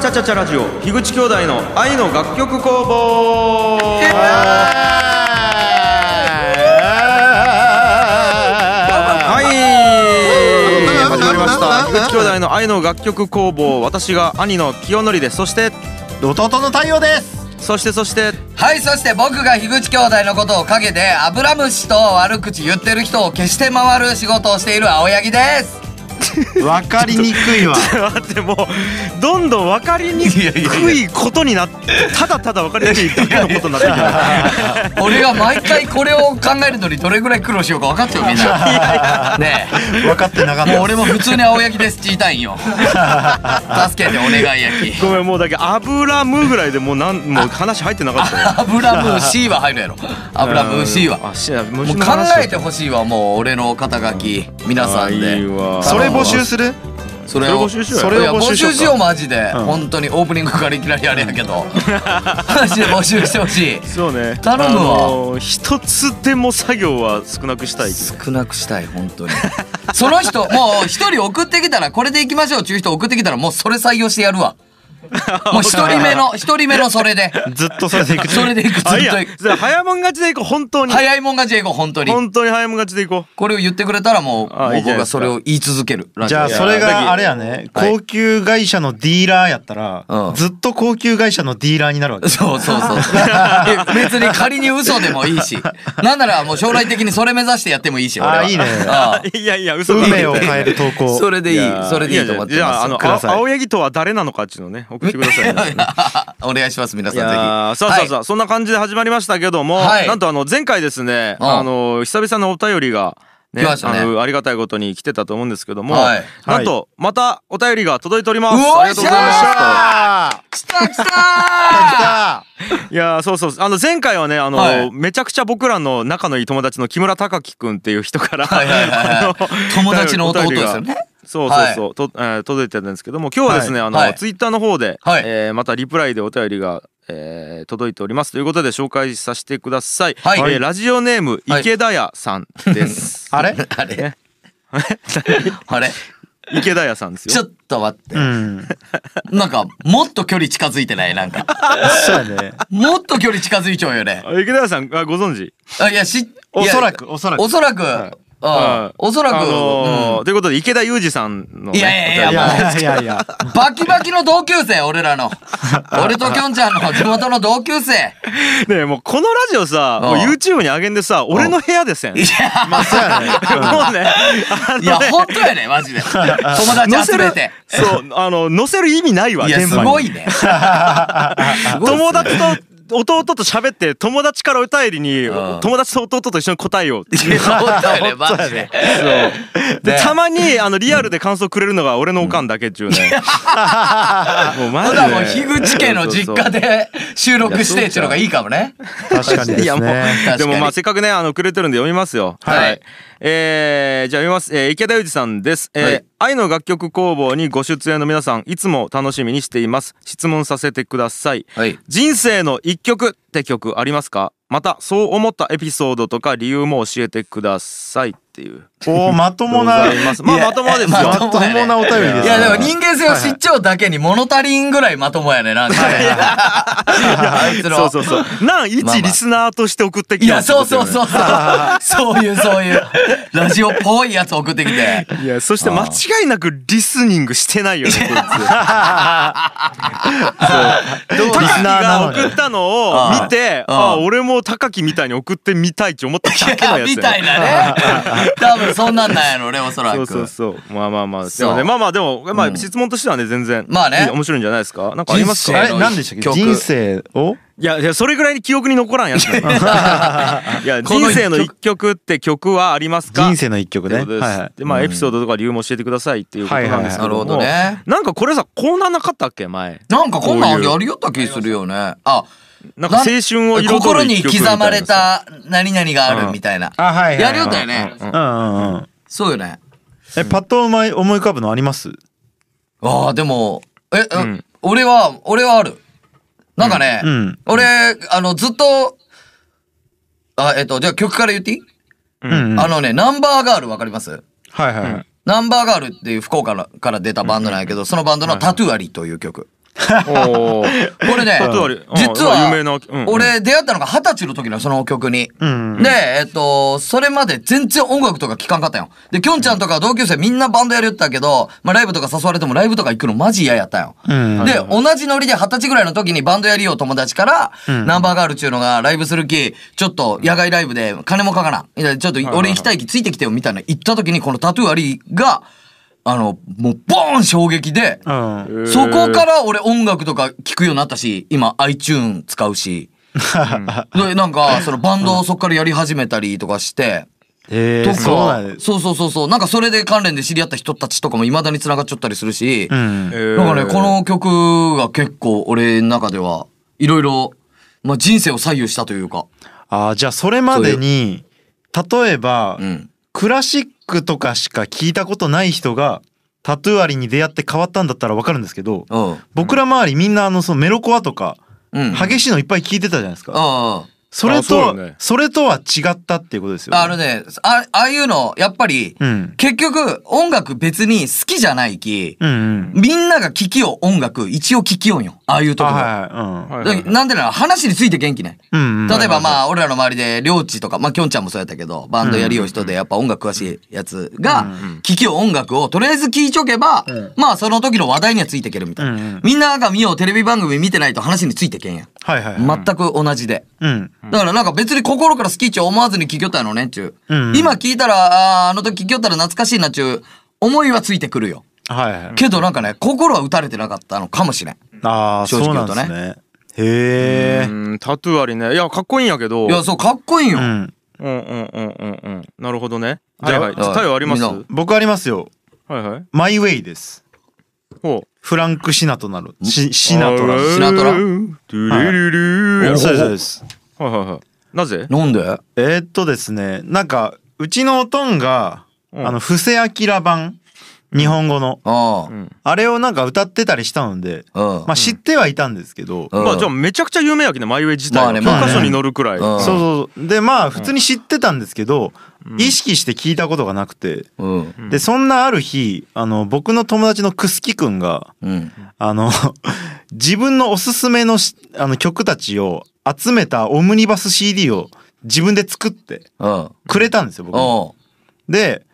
チャチャチャラジオ樋口兄弟の愛の楽曲工房。はい始まりました樋口兄弟の愛の楽曲工房。私が兄の清則です。そして弟の太陽です。 そしてはい、そして僕が樋口兄弟のことを陰でアブラムシと悪口言ってる人を消して回る仕事をしている青柳です。 分かりにくいわ。 待って、もうどんどん分かりにくいことになって、ただただ分かりにくいだけのことになってるじゃない。 俺が毎回これを考えるのにどれぐらい苦労しようか分かってよみんな。ねえ分かってなかった。 もう俺も普通に青柳ですって言いたいんよ。助けてお願い焼き。 ごめん、もうだけ油むぐらいでもう話入ってなかったよ。 油む C は入るやろ。油む C はもう考えてほしいわ。もう俺の肩書き皆さんで。 それ募集する？ それを募集しよう。 募集しようマジで。本当にオープニングからいきなりあれやけどマジで募集してほしい。 そうね、 頼むわ。 一つでも作業は少なくしたい。 少なくしたい本当に。その人もう一人送ってきたら、これでいきましょうっていう人送ってきたらもうそれ採用してやるわ。もう一人目のそれでずっとそれでいく。 それでいく。ずっといく。 早いもん勝ちでいこう。本当に早いもん勝ちでいこう。本当に早いもん勝ちでいこう。 これを言ってくれたらもう僕はそれを言い続ける。 じゃあそれがあれやね、高級会社のディーラーやったらずっと高級会社のディーラーになるわけ。 そう別に仮に嘘でもいいし、なんならもう将来的にそれ目指してやってもいいし。俺はいいね。 いや嘘。 運命を変える投稿。 それでいいと思ってます。 じゃあ青柳とは誰なのかっていうのをね送ってください。 お願いします皆さんぜひ。さあそんな感じで始まりましたけども、なんと前回ですね、久々のお便りがね、ありがたいことに来てたと思うんですけども、なんとまたお便りが届いております。ありがとうございました。来た。 いやそう前回はねめちゃくちゃ僕らの仲のいい友達の木村隆樹くんっていう人から友達の弟ですよね。 そう届いてたんですけども、今日はですねツイッターの方でまたリプライでお便りが届いておりますということで紹介させてください。ラジオネーム池田屋さんです。 あれ池田屋さんですよ。 ちょっと待って、なんかもっと距離近づいてない？なんかそうやね、 もっと距離近づいちゃうよね。 池田屋さんご存知？ いやおそらくおそらくということで池田裕二さんのいやバキバキの同級生。俺らの俺ときょんちゃんの地元の同級生ねえ。もうこのラジオさもう YouTube に上げんでさ、俺の部屋ですやん。 いやまあそうやね。 もうねいや本当やねマジで。友達集めて載せる意味ないわ。 いやすごいね。 友達と弟と喋って友達からお便りに友達と弟と一緒に答えようっていう。でたまにリアルで感想くれるのが俺のおかんだけっちゅうね。 もうマジでもう樋口家の実家で収録してっていうのがいいかもね。 確かにですね。 でもまあせっかくねくれてるんで読みますよ。はい。じゃあ読みます。池田裕二さんです。愛の楽曲工房にご出演の皆さんいつも楽しみにしています。質問させてください。人生の一曲って曲ありますか？またそう思ったエピソードとか理由も教えてくださいっていう。 まともな。 まともですよ。 まともなお便りです。 いやでも人間性を知っちゃうだけに物足りんぐらいまともやねなんか。あいつのそう一リスナーとして送ってきた。 いやそういうラジオっぽいやつ送ってきて。 いやそして間違いなくリスニングしてないよねこいつ。リスナーが送ったのを見て、俺も高木みたいに送ってみたいって思っただけのやつ。 みたいなね。多分そんなんなんやろねおそらく。 そうまあでも質問としてはね全然面白いんじゃないですか。なんかありますか？ あれ何でしたっけ？人生を？ いやそれぐらいに記憶に残らんやつ。いや人生の一曲って曲はありますか？ 人生の一曲ね。 でエピソードとか理由も教えてくださいっていうことなんですけども、なんかこれさコーナーなかったっけ前？ なんかこんなんやりよった気するよね。 なんか青春を彩る心に刻まれた何々があるみたいな。やりよったよね。そうよね。 パッと思い浮かぶのあります？ でも俺はある。なんかね俺ずっとじゃあ曲から言っていい？ナンバーガールわかります？ はいはい。 ナンバーガールっていう福岡から出たバンドなんやけど、そのバンドのタトゥアリという曲。 これね、実は俺出会ったのが20歳の時のその曲に。で、それまで全然音楽とか聴かんかったよ。で、きょんちゃんとか同級生みんなバンドやるったけど、まあライブとか誘われてもライブとか行くのマジ嫌やったよ。で、同じノリで20歳ぐらいの時にバンドやりよう友達から、ナンバーガールっちゅうのがライブする気、ちょっと野外ライブで金もかからん。ちょっと俺行きたい気ついてきてよみたいな言った時にこのタトゥーありが、もうボーン衝撃で、そこから俺音楽とか聴くようになったし、今 iTunes 使うし、でなんかそのバンドをそっからやり始めたりとかして、とかそうなんかそれで関連で知り合った人たちとかも未だに繋がっちゃったりするし、なんかねこの曲が結構俺の中ではいろいろ人生を左右したというか。 じゃあそれまでに例えば、クラシックとかしか聞いたことない人がタトゥーアリに出会って変わったんだったら分かるんですけど、僕ら周りみんなそのメロコアとか激しいのいっぱい聞いてたじゃないですか。それとは違ったっていうことですよね。 ああいうのやっぱり、結局音楽別に好きじゃないき、みんなが聴きよう音楽一応聴きよんよ。ああいうとこなんでなら話について元気ね。例えば俺らの周りでりょうちとかきょんちゃんもそうやったけどバンドやりよう人でやっぱ音楽詳しいやつが聴きよう音楽をとりあえず聴いちょけばその時の話題にはついていけるみたいな。みんなが見ようテレビ番組見てないと話についてけんや。全く同じで。だからなんか別に心から好きっちゅう思わずに聴きよったのねっちゅう。今聞いたらあの時聴きよったら懐かしいなっちゅう思いはついてくるよ。けどなんかね心は打たれてなかったのかもしれん。正直言うとね。 へえ。タトゥーありね。いやかっこいいんやけど。 いやそうかっこいいよ。 なるほどね。じゃあ太陽あります？ 僕ありますよ。マイウェイです。フランク・シナトラ。 シナトラ。 そうです。 なぜ？ なんで？ ですね、なんかうちのおとんが布施明版日本語のあれをなんか歌ってたりしたので、知ってはいたんですけど、 じゃあめちゃくちゃ有名やけどマイウェイ自体教科書に載るくらい。 そうで普通に知ってたんですけど、意識して聞いたことがなくて、でそんなある日僕の友達のクスキくんが自分のおすすめの曲たちを集めたオムニバス CD を自分で作ってくれたんですよ僕に。で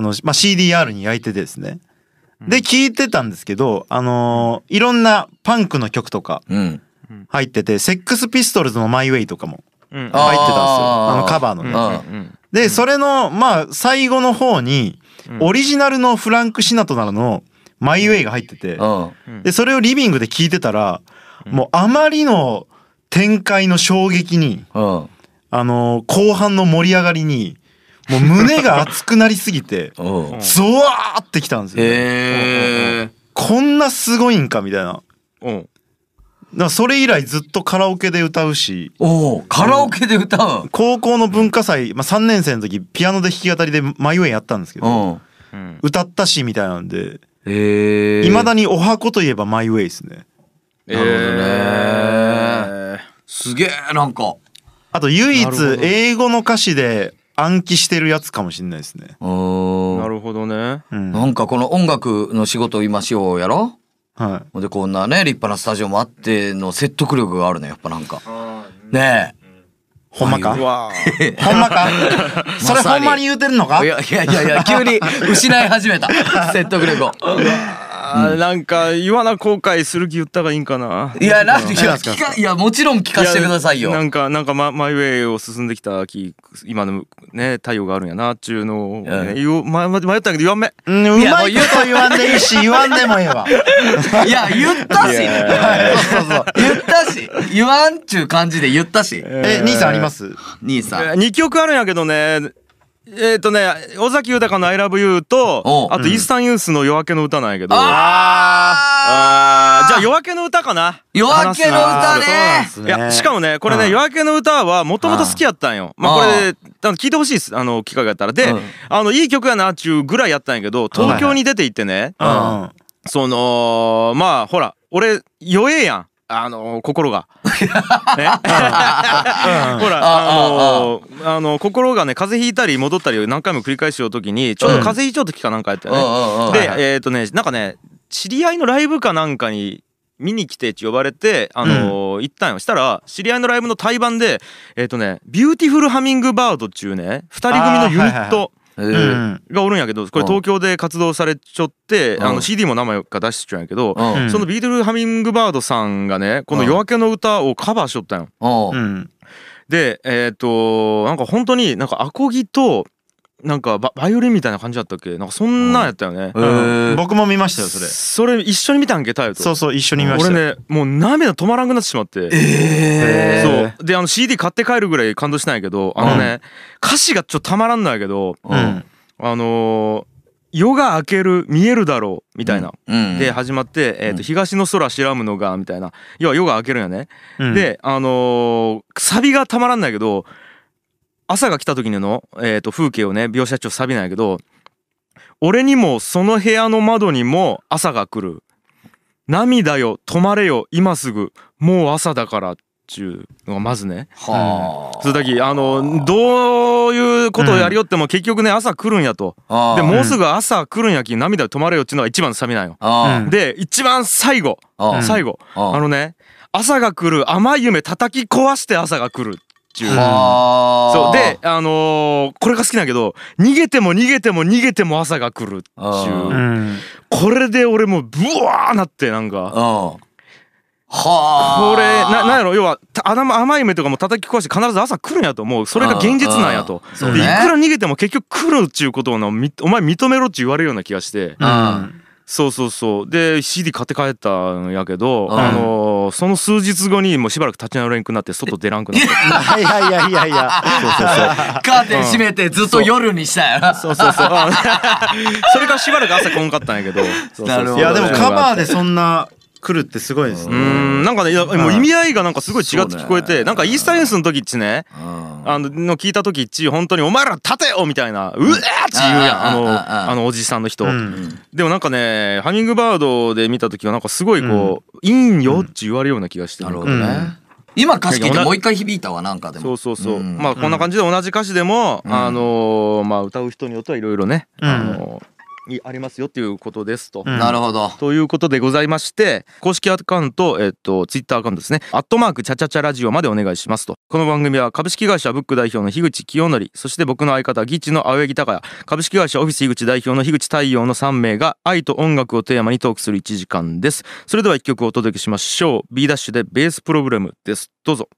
CDR に焼いてですね。で聞いてたんですけどいろんなパンクの曲とか入ってて、セックスピストルズのマイウェイとかも入ってたんですよ、カバーのね。でそれの最後の方にオリジナルのフランク・シナトラのマイウェイが入ってて、でそれをリビングで聞いてたらもうあまりの展開の衝撃に後半の盛り上がりにもう胸が熱くなりすぎてゾワーってきたんですよね。こんなすごいんかみたいな。だからそれ以来ずっとカラオケで歌うし。 カラオケで歌う。 高校の文化祭、3年生の時ピアノで弾き語りでマイウェイやったんですけど、歌ったしみたいなんでいまだにおはこといえばマイウェイですね。 なるほどね。すげえ。なんかあと唯一英語の歌詞で暗記してるやつかもしれないですね。 なるほどね。 なんかこの音楽の仕事を今しようやろ。でこんなね立派なスタジオもあっての説得力があるねやっぱなんか。ねえ。 ほんまか？ほんまか？それほんまに言うてるのか？ いや急に失い始めた説得力を。 なんか言わな後悔する気言ったがいいんかな。 いやもちろん聞かせてくださいよ。 なんかマイウェイを進んできた今のね太陽があるんやなっちゅうのを迷ったけど言わんめ。 うまいこと言わんでいいし言わんでもええわ。 いや言ったし言ったし言わんっちゅう感じで言ったし。 兄さんあります？ 兄さん 2曲あるんやけどね。尾崎豊の I love you とあとイースタンユースの夜明けの歌なんやけど。じゃあ夜明けの歌かな。 夜明けの歌ね。 いやしかもねこれね夜明けの歌はもともと好きやったんよ。これ聞いてほしいです機会があったら。でいい曲やなっちゅうぐらいやったんやけど東京に出て行ってねほら俺弱えやん心がねほら心がね風邪ひいたり戻ったりを何回も繰り返しようときにちょうど風邪ひいちょうときかなんかやったよね。でなんかね知り合いのライブかなんかに見に来てって呼ばれて行ったんよ。したら知り合いのライブの対バンでビューティフルハミングバードっちゅうね2人組のユニットがおるんやけど、これ東京で活動されちょってCD も名前が出しちゃうんやけど、そのビートルハミングバードさんがねこの夜明けの歌をカバーしとったんよ。でなんか本当になんかアコギとなんかバイオリンみたいな感じだったっけ、なんかそんなんやったよね。 僕も見ましたよそれ一緒に見たんけタイと。 そうそう一緒に見ました。 俺ねもう涙止まらんくなってしまって、そうでCD 買って帰るぐらい感動したんやけど、歌詞がちょっとたまらんのやけど、夜が明ける見えるだろうみたいな、で始まって、東の空白むのがみたいな、要は夜が明けるんやね。でサビがたまらんないけど、朝が来た時の、風景をね描写ちょっとサビなんやけど、俺にもその部屋の窓にも朝が来る、涙よ止まれよ今すぐもう朝だからっていうのがまずね。それだけどういうことをやりよっても結局ね朝来るんやと。でもうすぐ朝来るんやき涙よ止まれよっていうのが一番のサビなんよ。で一番最後朝が来る甘い夢叩き壊して朝が来る。そうでこれが好きなんやけど、逃げても逃げても逃げても朝が来るっちゅう、これで俺もうブワーなってなんかこれなんやろ、要は甘い夢とかも叩き壊して必ず朝来るんやと、もうそれが現実なんやと。でいくら逃げても結局来るっちゅうことをお前認めろって言われるような気がして。そうで CD 買って帰ったんやけど、その数日後にもうしばらく立ち直れんくなって外出らんくなって。 いやカーテン閉めてずっと夜にしたよな。 そうそれからしばらく朝来んかったんやけど。 いやでもカバーでそんな来るってすごいですね。 なんかねもう意味合いがなんかすごい違って聞こえて、なんかイースターエースの時っちねの聞いた時っち本当にお前ら立てよみたいなうわーって言うやんおじさんの人。でもなんかねハミングバードで見た時はなんかすごいこういいんよって言われるような気がして。 なるほどね。今歌詞聞いてもう一回響いたわなんかでも。 そうまあこんな感じで同じ歌詞でも歌う人によってはいろいろねありますよっていうことですと。 なるほど。 ということでございまして、公式アカウントツイッターアカウントですね@チャチャチャラジオまでお願いしますと。この番組は株式会社ブック代表の樋口清則、そして僕の相方ギチの青柳高也、株式会社オフィス樋口代表の樋口太陽の3名が愛と音楽をテーマにトークする1時間です。それでは1曲お届けしましょう。 B ダッシュでベースプロブレムです。どうぞ。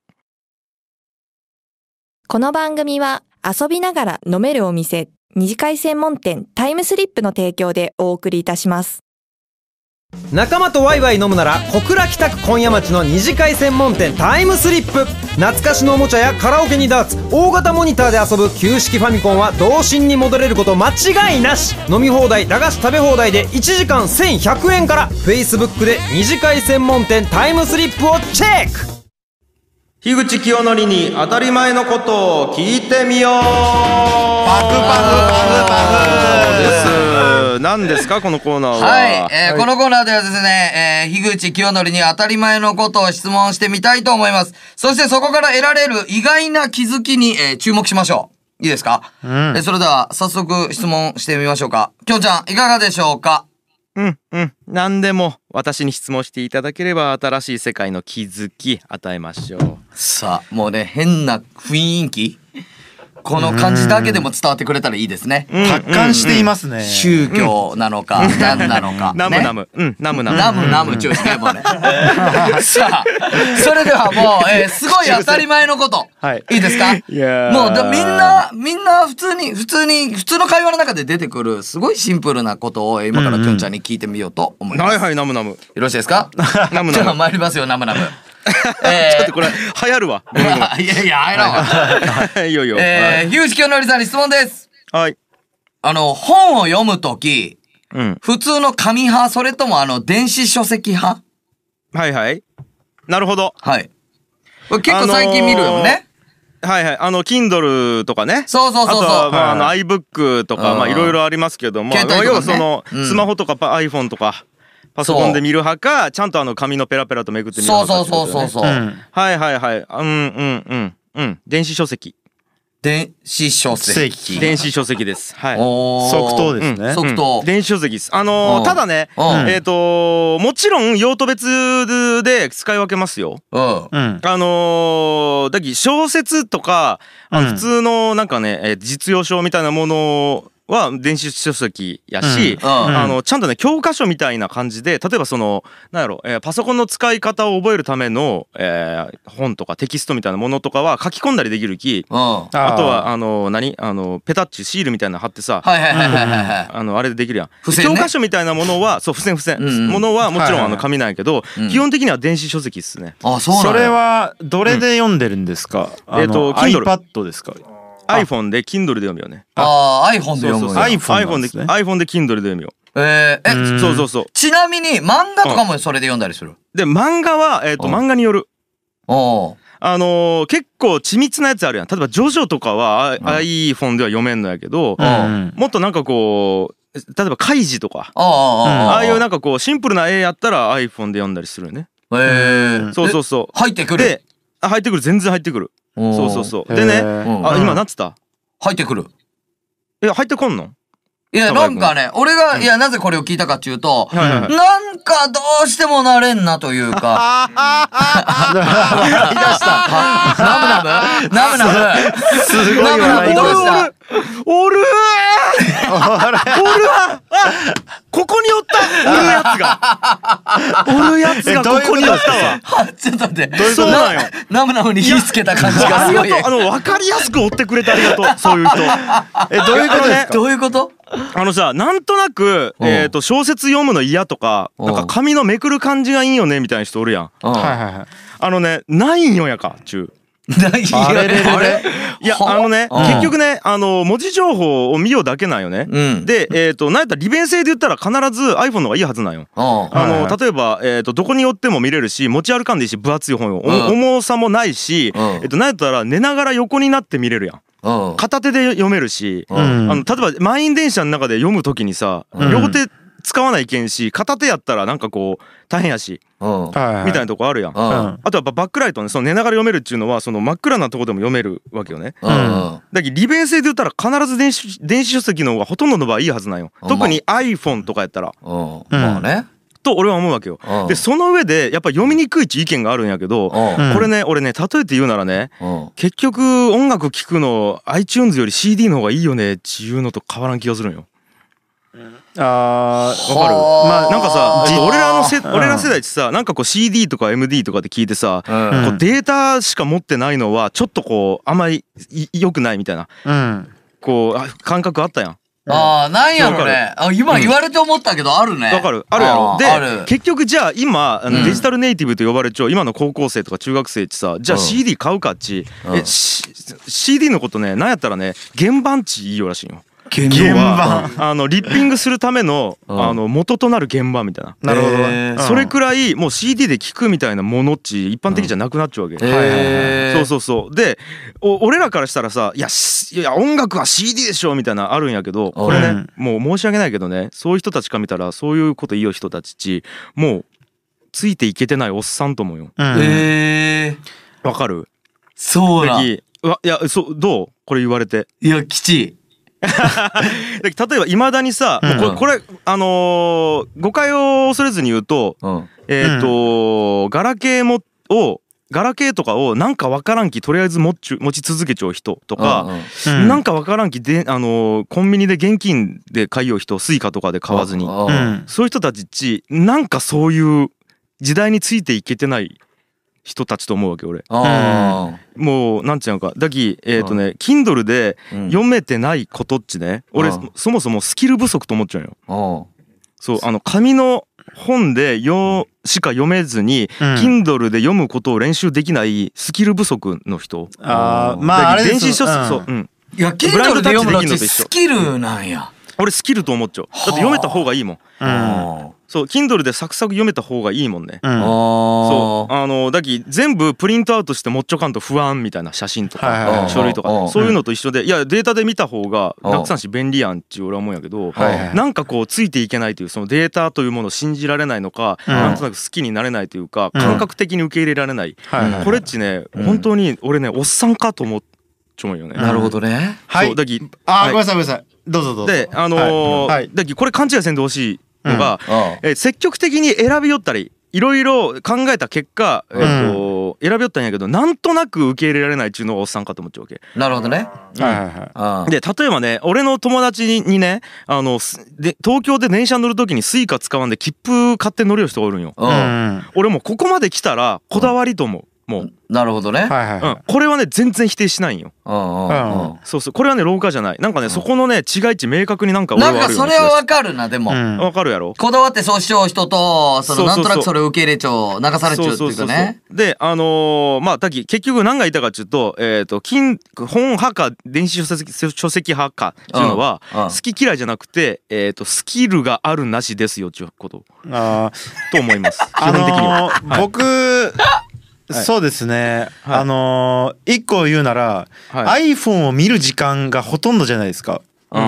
この番組は遊びながら飲めるお店二次会専門店タイムスリップの提供でお送りいたします。 仲間とワイワイ飲むなら小倉北区今夜町の二次会専門店タイムスリップ。懐かしのおもちゃやカラオケにダーツ、大型モニターで遊ぶ旧式ファミコンは童心に戻れること間違いなし。飲み放題駄菓子食べ放題で1時間1100円から。 Facebook で二次会専門店タイムスリップをチェック。 樋口清則に当たり前のことを聞いてみよう。 パフです。何ですかこのコーナーは。 はい、このコーナーではですね、樋口清則に当たり前のことを質問してみたいと思います。そしてそこから得られる意外な気づきに、注目しましょう。いいですか？それでは早速質問してみましょうか。きょんちゃんいかがでしょうか？ 何でも私に質問していただければ新しい世界の気づき与えましょう。 さあもうね変な雰囲気この感じだけでも伝わってくれたらいいですね。 達観していますね。 宗教なのか何なのか。 ナムナム注意してもうね。さあそれではもうすごい当たり前のこといいですか？もうみんな普通の会話の中で出てくるすごいシンプルなことを今からきょんちゃんに聞いてみようと思います。 はいナムナム。 よろしいですか？ ナムナム。 じゃあ参りますよナムナム。 ちょっとこれ流行るわ。 いや流行らんわ。 いいよ。 樋口清則さんに質問です。 はい。 本を読むとき、普通の紙派それとも電子書籍派？ はいなるほど。 はい。結構最近見るよね。 Kindle とかね。 そう。あとはiBook とかいろいろありますけども、要はそのスマホとかiPhone とかパソコンで見る派か、ちゃんと紙のペラペラとめくって見る派か。 そう。 はい。電子書籍。 電子書籍。 電子書籍です。はい。 即答ですね。 即答。 電子書籍です。ただね、もちろん用途別で使い分けますよ。だき小説とか普通のなんかね実用書みたいなものは電子書籍やし、ちゃんとね教科書みたいな感じで、例えばそのなんやろ、パソコンの使い方を覚えるための、本とかテキストみたいなものとかは書き込んだりできるき、あとはペタッチシールみたいなの貼ってさ、あれでできるやん。教科書みたいなものはそう付箋ものはもちろん紙なんやけど、基本的には電子書籍っすね。 それはどれで読んでるんですか？iPad ですか ？iPhone で Kindle で読むよね。 iPhone で読むよ。 iPhone で Kindle で読むよ。そう。 ちなみに漫画とかもそれで読んだりする？ で漫画は漫画による。結構緻密なやつあるやん。例えばジョジョとかは iPhone では読めんのやけど、もっとなんかこう例えばカイジとかああいうなんかこうシンプルな絵やったら iPhone で読んだりするよね。そう。 入ってくる？ で入ってくる、全然入ってくる。そう。でね、今なんつった？ 入ってくる。 入ってこんの？ いや、なんかね、俺が、いや、なぜこれを聞いたかっていうと、なんかどうしてもなれんなというか。 笑い出した。 ナムすごい笑いどうした？ おるここにおったおるやつがここにおったわ。 ちょっと待って。 そうなんよ。 ナムに火つけた感じがすごい。 分かりやすく追ってくれてありがとう。そういう人。 どういうことですか？ どういうこと？ さ、なんとなく小説読むの嫌とか、なんか紙のめくる感じがいいよねみたいな人おるやん。ないんよやか中。 あれいや結局ね文字情報を見ようだけなんよね。でなんやったら利便性で言ったら必ず iPhone の方がいいはずなんよ。例えばどこに寄っても見れるし、持ち歩かんでいいし、分厚い本を重さもないし、なんやったら寝ながら横になって見れるやん。片手で読めるし、例えば満員電車の中で読むときにさ、両手使わないけんし、片手やったらなんかこう大変やしみたいなとこあるやん。あとやっぱバックライトね、その寝ながら読めるっていうのはその真っ暗なとこでも読めるわけよね。だけど利便性で言ったら必ず電子書籍の方がほとんどの場合いいはずなんよ。特に iPhone とかやったら。 まあね。 と俺は思うわけよ。でその上でやっぱ読みにくい意見があるんやけど、これね俺ね例えて言うならね、結局音楽聴くの iTunes より CD の方がいいよねっていうのと変わらん気がするんよ。わかる？まあなんかさ俺ら世代ってさ、なんかこう CD とか MD とかで聞いてさ、こうデータしか持ってないのはちょっとこうあんまり良くないみたいなこう感覚あったやん。 なんやろね。今言われて思ったけどあるね。 わかる？あるやろ。で結局じゃあ今デジタルネイティブと呼ばれちゃう今の高校生とか中学生ってさ、じゃあ CD 買うかっち、CD のことね、なんやったらね原版っちいいよらしいよ。 原版リッピングするための元となる原版みたいな。 なるほど。 それくらいもう CD で聴くみたいなものっち一般的じゃなくなっちゃうわけ。そうで俺らからしたらさ、いや音楽は CD でしょみたいなあるんやけど、これねもう申し訳ないけどね、そういう人たちから見たらそういうこと言いよ人たちっちもうついていけてないおっさんと思うよ。わかる？ そうだ。いやどうこれ言われて。 いやきちい。 例えばいまだにさ、これ誤解を恐れずに言うと、ガラケーとかをなんかわからんきとりあえず持ち続けちゃう人とか、なんかわからんきでコンビニで現金で買いよう人、スイカとかで買わずに、そういう人たちっちなんかそういう時代についていけてない人たちと思うわけ俺。もうなんちゃうかだきKindle で読めてないことっちね、俺そもそもスキル不足と思っちゃうよ。そう紙の本でしか読めずに Kindle で読むことを練習できないスキル不足の人。 まああれ電子書籍そういや Kindle で読むのってスキルなんや。 俺スキルと思っちゃう。だって読めた方がいいもん。そう Kindle でサクサク読めた方がいいもんね。そうだき全部プリントアウトして持っちょかんと不安みたいな写真とか書類とかそういうのと一緒で、いやデータで見た方が楽さんし便利やんっちゅう俺は思うんやけど、なんかこうついていけないという、そのデータというものを信じられないのか、なんとなく好きになれないというか感覚的に受け入れられない、これっちね本当に俺ねおっさんかと思っち思うよね。 なるほどね。 はい。 そうだきごめんなさいごめんなさい。どうぞどうぞ。 でだきこれ勘違いせんでほしいのが、積極的に選びよったりいろいろ考えた結果、選びよったんやけどなんとなく受け入れられないっちゅうのがおっさんかと思っちゃうわけ。 なるほどね。 で例えばね俺の友達にねで東京で電車乗る時にスイカ使わんで切符買って乗る人がおるんよ。俺もここまで来たらこだわりと思う。もうなるほどね。 これはね全然否定しないんよ。そうそうこれはね廊下じゃない。なんかねそこのね違い値明確になんか俺はあるよ。 なんかそれはわかるな。でもわかるやろ。 こだわってそうしよう人となんとなくそれを受け入れちゃう流されちゃうっていうかね。 でまあ結局何が言いたかっていうと本派か電子書籍派かっていうのは好き嫌いじゃなくてスキルがあるなしですよっていうことと思います。基本的には。 僕そうですね。一個言うなら iPhone を見る時間がほとんどじゃないですか。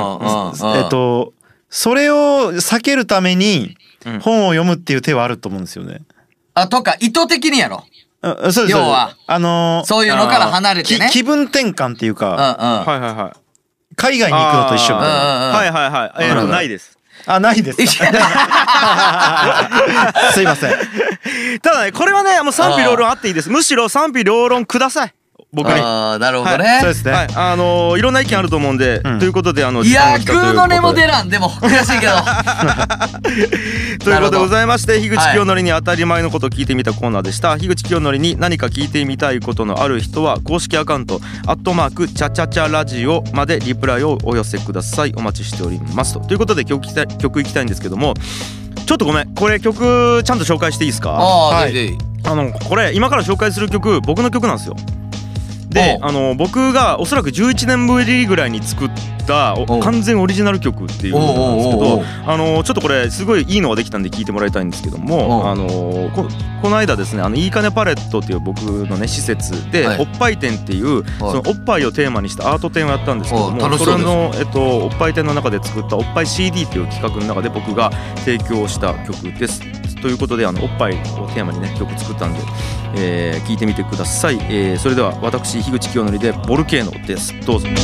それを避けるために本を読むっていう手はあると思うんですよね。 とか意図的にやろ。 そうです。 要はそういうのから離れてね。 気分転換っていうか、海外に行くのと一緒みたいな。 ないです。 ないです。すいません。 ただねこれはねもう賛否両論あっていいです。むしろ賛否両論ください僕に。 なるほどね。 そうですね。 いろんな意見あると思うんでということでいやグーの音も出らんでも悔しいけど。 ということでございまして樋口清則に当たり前のことを聞いてみたコーナーでした。樋口清則に何か聞いてみたいことのある人は公式アカウント@チャチャチャラジオまでリプライをお寄せください。お待ちしておりますということで曲いきたいんですけどもちょっとごめんこれ曲ちゃんと紹介していいですか。これ今から紹介する曲僕の曲なんですよ。で僕がおそらく11年ぶりぐらいに作った完全オリジナル曲っていうことなんですけどちょっとこれすごいいいのができたんで聴いてもらいたいんですけどもこの間ですねいいかねパレットっていう僕のね施設でおっぱい展っていうそのおっぱいをテーマにしたアート展をやったんですけどもそれのおっぱい展の中で作ったおっぱい CD っていう企画の中で僕が提供した曲です。ということでおっぱいをテーマにね曲作ったんで聴いてみてください。それでは私樋口清則でボルケーノです。どうぞ。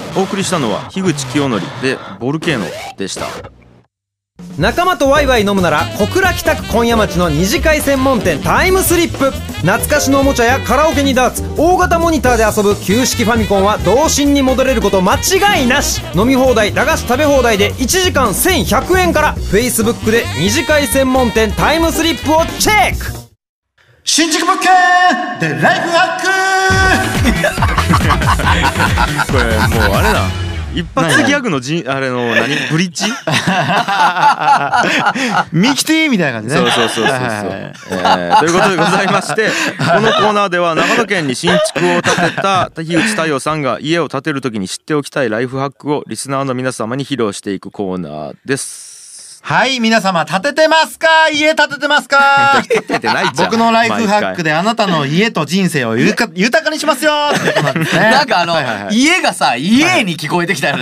お送りしたのは樋口清則でボルケーノでした。 仲間とワイワイ飲むなら小倉北区今夜町の二次会専門店タイムスリップ。懐かしのおもちゃやカラオケにダーツ、大型モニターで遊ぶ旧式ファミコンは童心に戻れること間違いなし。飲み放題、駄菓子食べ放題で1時間1100円から。 Facebook で二次会専門店タイムスリップをチェック。 新築物件でライフハックこれもうあれだ、一発ギャグのあれのブリッジミキティみたいな感じね。 そうということでございまして、このコーナーでは長野県に新築を建てた樋口太陽さんが家を建てる時に知っておきたいライフハックをリスナーの皆様に披露していくコーナーです。 はい、皆様建ててますか？家建ててますか？ 建ててないじゃん。 僕のライフハックであなたの家と人生を豊かにしますよってことなんですね。 なんか家がさ、家に聞こえてきたよね。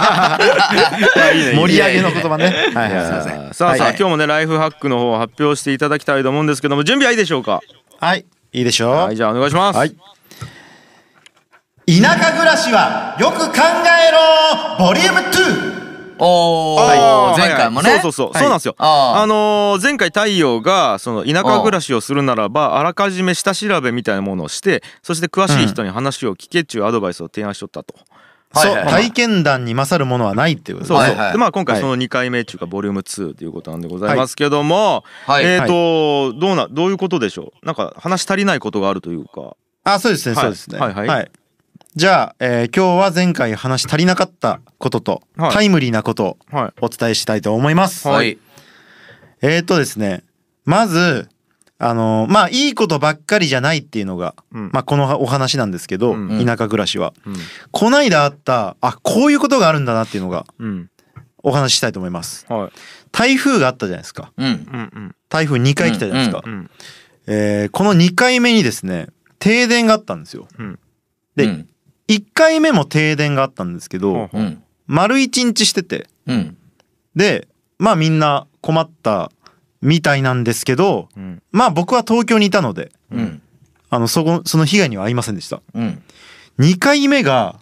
盛り上げの言葉ね。はい、すいません。 さあ今日もねライフハックの方を発表していただきたいと思うんですけども、準備はいいでしょうか？ はい、いいでしょう。 はい、じゃあお願いします。はい。 田舎暮らしはよく考えろボリューム2。 前回もね。 そうなんですよ。前回太陽がその田舎暮らしをするならばあらかじめ下調べみたいなものをして、そして詳しい人に話を聞けっちゅうアドバイスを提案しとったと。 そう、体験談に勝るものはないっていうことですね。 で今回その2回目っていうかボリューム2ということなんでございますけども、どういうことでしょう。なんか話足りないことがあるというか。 そうですね、そうですね。はい。じゃあ、今日は前回話足りなかったことと、タイムリーなことをお伝えしたいと思います。はい。ですね、まず、いいことばっかりじゃないっていうのが、このお話なんですけど、田舎暮らしは。こないだあった、こういうことがあるんだなっていうのが、お話ししたいと思います。台風があったじゃないですか。台風2回来たじゃないですか。この2回目にですね、停電があったんですよ。で、1回目も停電があったんですけど、丸1日してて、でみんな困ったみたいなんですけど、僕は東京にいたので、その被害には遭いませんでした。2回目が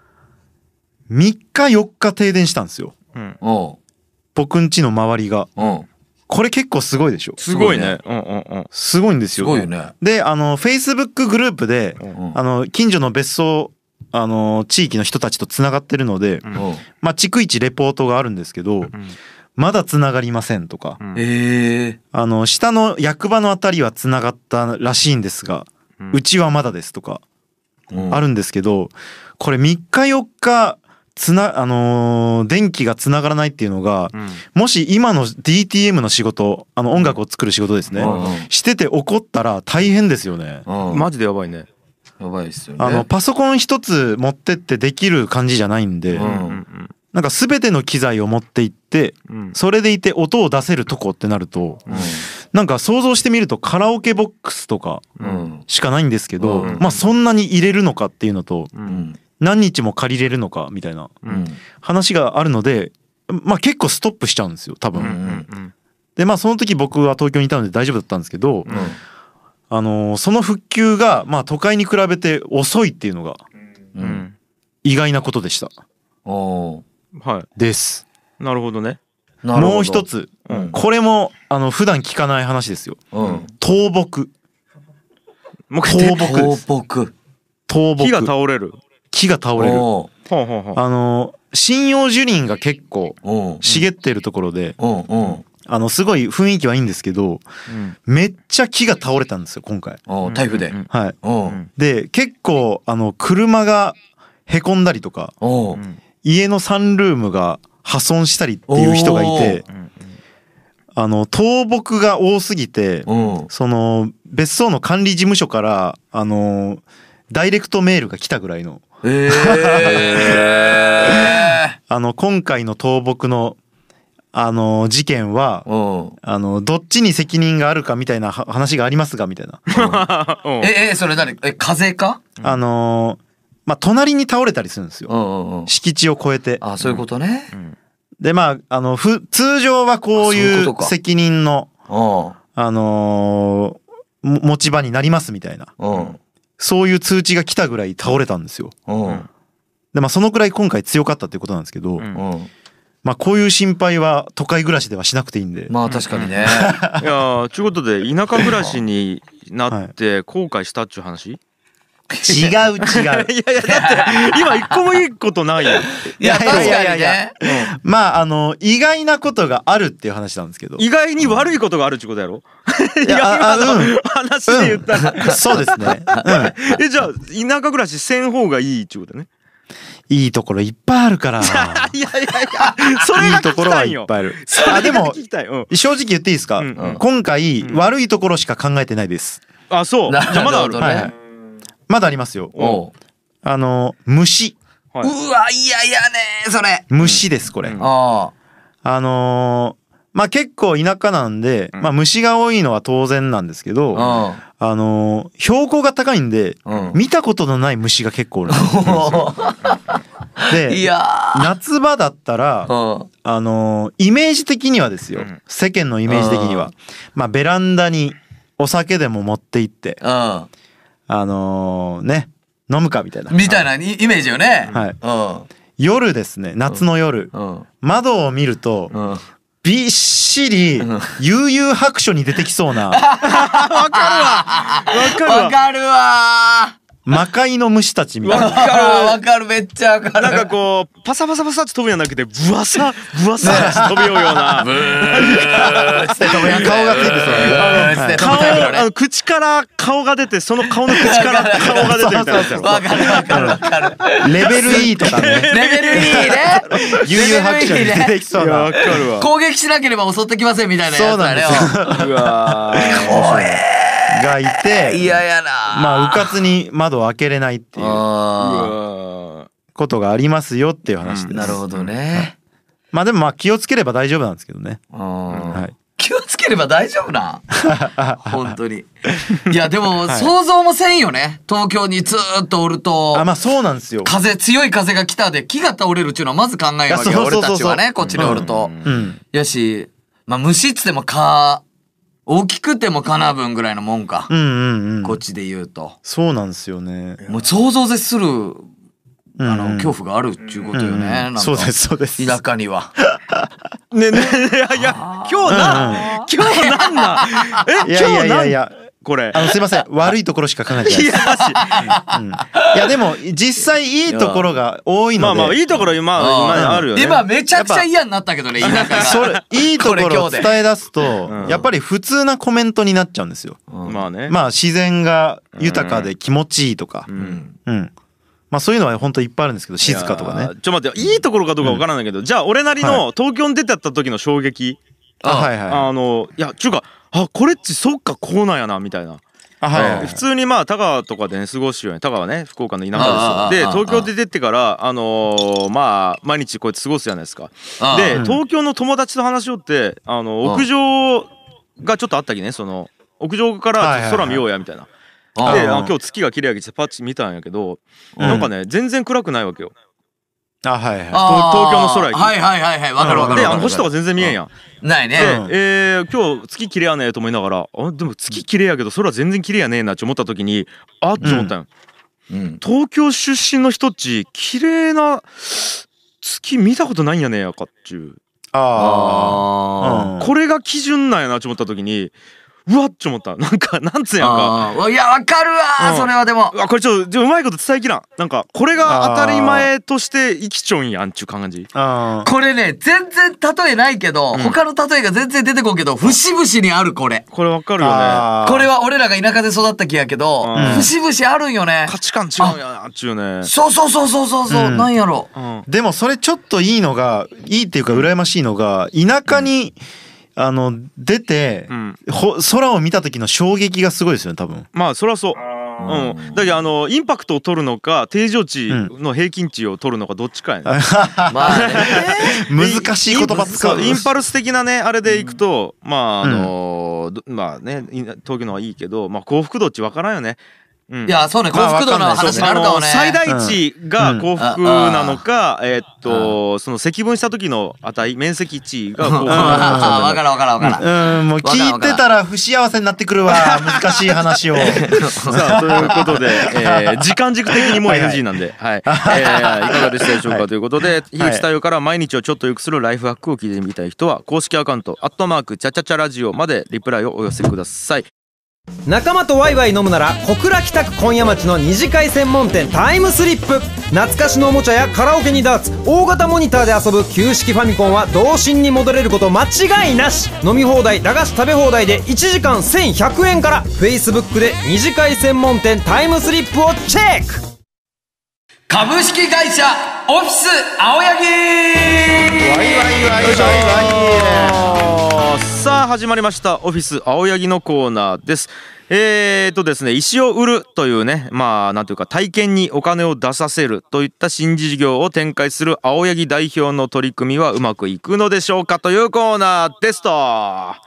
3日4日停電したんですよ。僕ん家の周りが。これ結構すごいでしょ。 すごいね。 すごいんですよ。 すごいよね。 でFacebook グループで近所の別荘地域の人たちとつながってるので、逐一レポートがあるんですけど、まだつながりませんとか、下の役場のあたりはつながったらしいんですが、うちはまだですとかあるんですけど、これ3日4日電気がつながらないっていうのが、もし今の DTM の仕事、音楽を作る仕事ですね、してて起こったら大変ですよね。 マジでやばいね。 やばいですよね。 パソコン一つ持ってってできる感じじゃないんで、なんか全ての機材を持って行って、それでいて音を出せるとこってなると、なんか想像してみるとカラオケボックスとかしかないんですけど、そんなに入れるのかっていうのと、何日も借りれるのかみたいな話があるので、結構ストップしちゃうんですよ多分。でその時僕は東京にいたので大丈夫だったんですけど、その復旧が都会に比べて遅いっていうのが意外なことでした。です。 なるほどね。 もう一つ、これも普段聞かない話ですよ。倒木。 木が倒れる。 木が倒れる。針葉樹林が結構茂ってるところで、すごい雰囲気はいいんですけど、めっちゃ木が倒れたんですよ今回。 台風で。 はい。で結構車がへこんだりとか、家のサンルームが破損したりっていう人がいて、倒木が多すぎて、その別荘の管理事務所からダイレクトメールが来たぐらいの。今回の倒木の事件はどっちに責任があるかみたいな話がありますがみたいな。 それ何？風か？ 隣に倒れたりするんですよ。敷地を越えて。 そういうことね。 で通常はこういう責任の持ち場になりますみたいな、そういう通知が来たぐらい倒れたんですよ。 でそのくらい今回強かったっていうことなんですけど、こういう心配は都会暮らしではしなくていいんで。 確かにね。 いやということで田舎暮らしになって後悔したっちゅう話？ 違う。いやいやだって今一個もいいことないよ。 いや確かにね。 意外なことがあるっていう話なんですけど。 意外に悪いことがあるってことやろ？いや今の話で言ったら。 そうですね。 じゃあ田舎暮らしせん方がいいってことね。 いいところいっぱいあるから。 いやそれが聞きたいよ。いいところはいっぱいある。 でも正直言っていいですか？今回悪いところしか考えてないです。 あ、そう。じゃあまだあるね。まだありますよ。虫。 うわ嫌ねそれ。 虫ですこれ。結構田舎なんで虫が多いのは当然なんですけど、標高が高いんで見たことのない虫が結構おるんですよ。で夏場だったらイメージ的にはですよ、世間のイメージ的にはベランダにお酒でも持って行ってね飲むかみたいなイメージよね。 夜ですね、夏の夜窓を見るとびっしり悠々白書に出てきそうなわかるわ魔界の虫たちみたいな。 わかるめっちゃわかる。 なんかこうパサパサパサって飛ぶんじゃなくてブワサって飛びようような顔がついてそう。 口から顔が出てその顔の口から顔が出てみたいなやつやろ。 わかる。 レベル E とかね。 レベル E ね。 悠々白書に出てきそうな。 攻撃しなければ襲ってきませんみたいなやつだね。 うわ怖え。がいて嫌やな。 うかつに窓を開けれないっていうことがありますよっていう話です。 なるほどね。 でも気をつければ大丈夫なんですけどね。 気をつければ大丈夫な。本当に。いやでも想像もせんよね。東京にずっとおると。 そうなんですよ。 強い風が来たで木が倒れるっていうのはまず考えるわけよ。俺たちはねこっちにおると。やし虫っつっても大きくてもかな分ぐらいのもんか。こっちで言うと。 そうなんですよね。 もう想像絶する恐怖があるっていうことよね。なんかそうです田舎には。 ねいや今日なんなん今日これすいません悪いところしか考えてないです。いやでも実際いいところが多いのでいいところ今あるよね。 今めちゃくちゃ嫌になったけどね田舎が。 いいところを伝え出すとやっぱり普通なコメントになっちゃうんですよ。自然が豊かで気持ちいいとかそういうのは本当いっぱいあるんですけど、静かとかね。 待っていいところかどうかわからないけど、じゃあ俺なりの東京に出てった時の衝撃。いやちゅうかこれっちそっかこうなんやなみたいな。普通に田川とかでね過ごしようね。田川ね福岡の田舎ですよ。で東京で出てから毎日こうやって過ごすじゃないですか。で東京の友達と話しよって屋上がちょっとあったきね、その屋上から空見ようやみたいな。で今日月が綺麗やけどパッチ見たんやけどなんかね全然暗くないわけよ。東京の空はいわかるわかる。 で星とか全然見えんやん。 ないね。 今日月綺麗やねと思いながらでも月綺麗やけど空全然綺麗やねえなって思った時にって思ったんよ。東京出身の人っち綺麗な月見たことないんやねえやかっちゅう。これが基準なんやなって思った時にうわっち思った。なんかなんつうんやんか。 いやわかるわそれはでも。 これちょっとうまいこと伝えきらん。なんかこれが当たり前として生きちょんやんちゅう感じ。 これね全然例えないけど他の例えが全然出てこんけど節々にあるこれ。 これわかるよね。 これは俺らが田舎で育った気やけど節々あるんよね。 価値観違うんやなっちゅうね。 そうなんやろ。 でもそれちょっといいのがいいっていうか羨ましいのが田舎に出て空を見た時の衝撃がすごいですよね多分。 そりゃそう。だけどインパクトを取るのか定常値の平均値を取るのかどっちかやね。 難しい言葉使う。 インパルス的なねあれでいくと東京のはいいけど幸福度っち分からんよね。 いや、そうね、幸福度の話になるかもね。 最大値が幸福なのか、その積分した時の値、面積値が幸福なのか。 わからん。 もう聞いてたら不幸せになってくるわ。難しい話を。 さあ、ということで、時間軸的にもう NG なんで、はい。いかがでしたでしょうかということで、樋口太陽から毎日をちょっと良くするライフハックを聞いてみたい人は、公式アカウント、@チャチャチャラジオまでリプライをお寄せください。 仲間とワイワイ飲むなら小倉北区今夜町の二次会専門店タイムスリップ。懐かしのおもちゃやカラオケにダーツ、大型モニターで遊ぶ旧式ファミコンは童心に戻れること間違いなし。飲み放題、駄菓子食べ放題で1時間1100円から。 Facebook で二次会専門店タイムスリップをチェック。 株式会社オフィス青柳。 さあ始まりましたオフィス青柳のコーナーです。ですね、石を売るというね、まあなんというか体験にお金を出させるといった新事業を展開する青柳代表の取り組みはうまくいくのでしょうかというコーナーですと。 はい、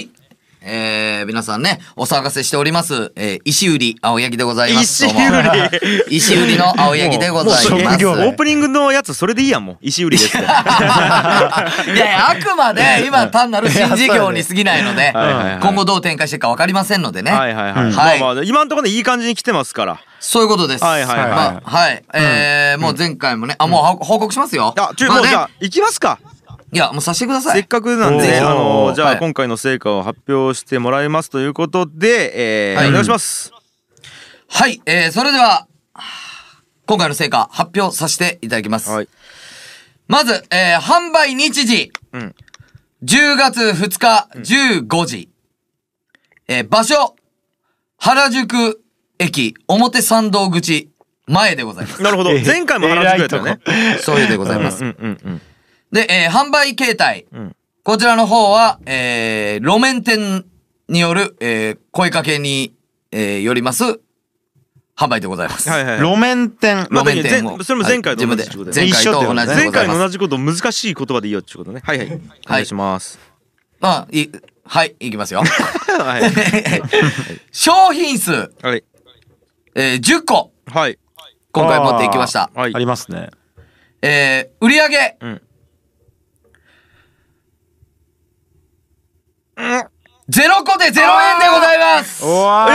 皆さんね、お騒がせしております、石売り青柳でございます。石売りの青柳でございます。 オープニングのやつそれでいいやん、もう石売りですって。いやあくまで今単なる新事業に過ぎないので、今後どう展開していくか分かりませんのでね。 まあ今のところでいい感じに来てますから。 そういうことです。もう前回もね、もう報告しますよ。 もうじゃあ行きますか。 いや、もうさせてください。 せっかくなんで、じゃあ今回の成果を発表してもらいますということで、お願いします。 はい、それでは、今回の成果発表させていただきます。まず、販売日時、10月2日15時。場所、原宿駅表参道口前でございます。 なるほど。前回も原宿やったよね。 そういうでございます。で、販売形態。こちらの方は、路面店による、声かけに、よります、販売でございます。 路面店。 それも前回と同じことで。 前回と同じでございます。 前回の同じこと、難しい言葉でいいよってことね。はいはい。お願いします。 はい、いきますよ。商品数。10個。 はい。 今回持っていきました。 ありますね。 売り上げ。0個で0円でございます。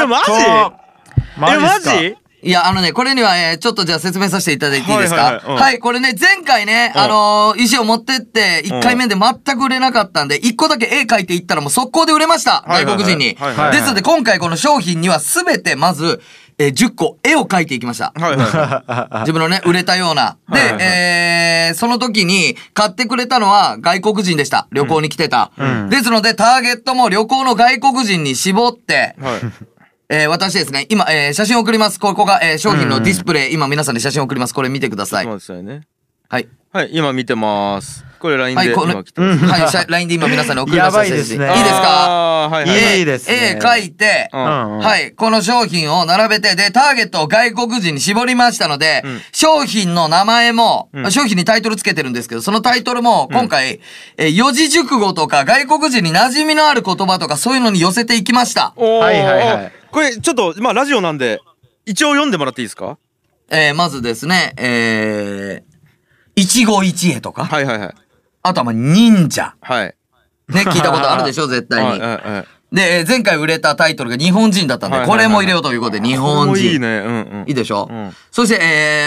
マジ？ いや、これには、ちょっとじゃあ説明させていただいていいですか？はい、これね、前回ね、石を持ってって、1回目で全く売れなかったんで、1個だけ絵描いていったらもう速攻で売れました。外国人に。ですので、今回この商品にはすべてまず、10個絵を描いていきました。自分のね、売れたような。で、その時に買ってくれたのは外国人でした。旅行に来てた。ですので、ターゲットも旅行の外国人に絞って、私ですね、今、写真送ります。ここが、商品のディスプレイ。今皆さんに写真送ります。これ見てください。 そうですよね。 はい。 はい、今見てます。これ LINE で今来てます。はい、LINE で今皆さんに送りました。 やばいですね。 いいですか？ いいですね。 絵描いて、はい、この商品を並べて、で、ターゲットを外国人に絞りましたので、商品の名前も、商品にタイトルつけてるんですけど、そのタイトルも今回、四字熟語とか外国人に馴染みのある言葉とかそういうのに寄せていきました。 はいはいはい。 これちょっと、まあラジオなんで、一応読んでもらっていいですか？ まずですね、一期一会とか。あとは忍者。ね、聞いたことあるでしょ、絶対に。で、前回売れたタイトルが日本人だったんで、これも入れようということで、日本人。 いいね。 いいでしょ？そして、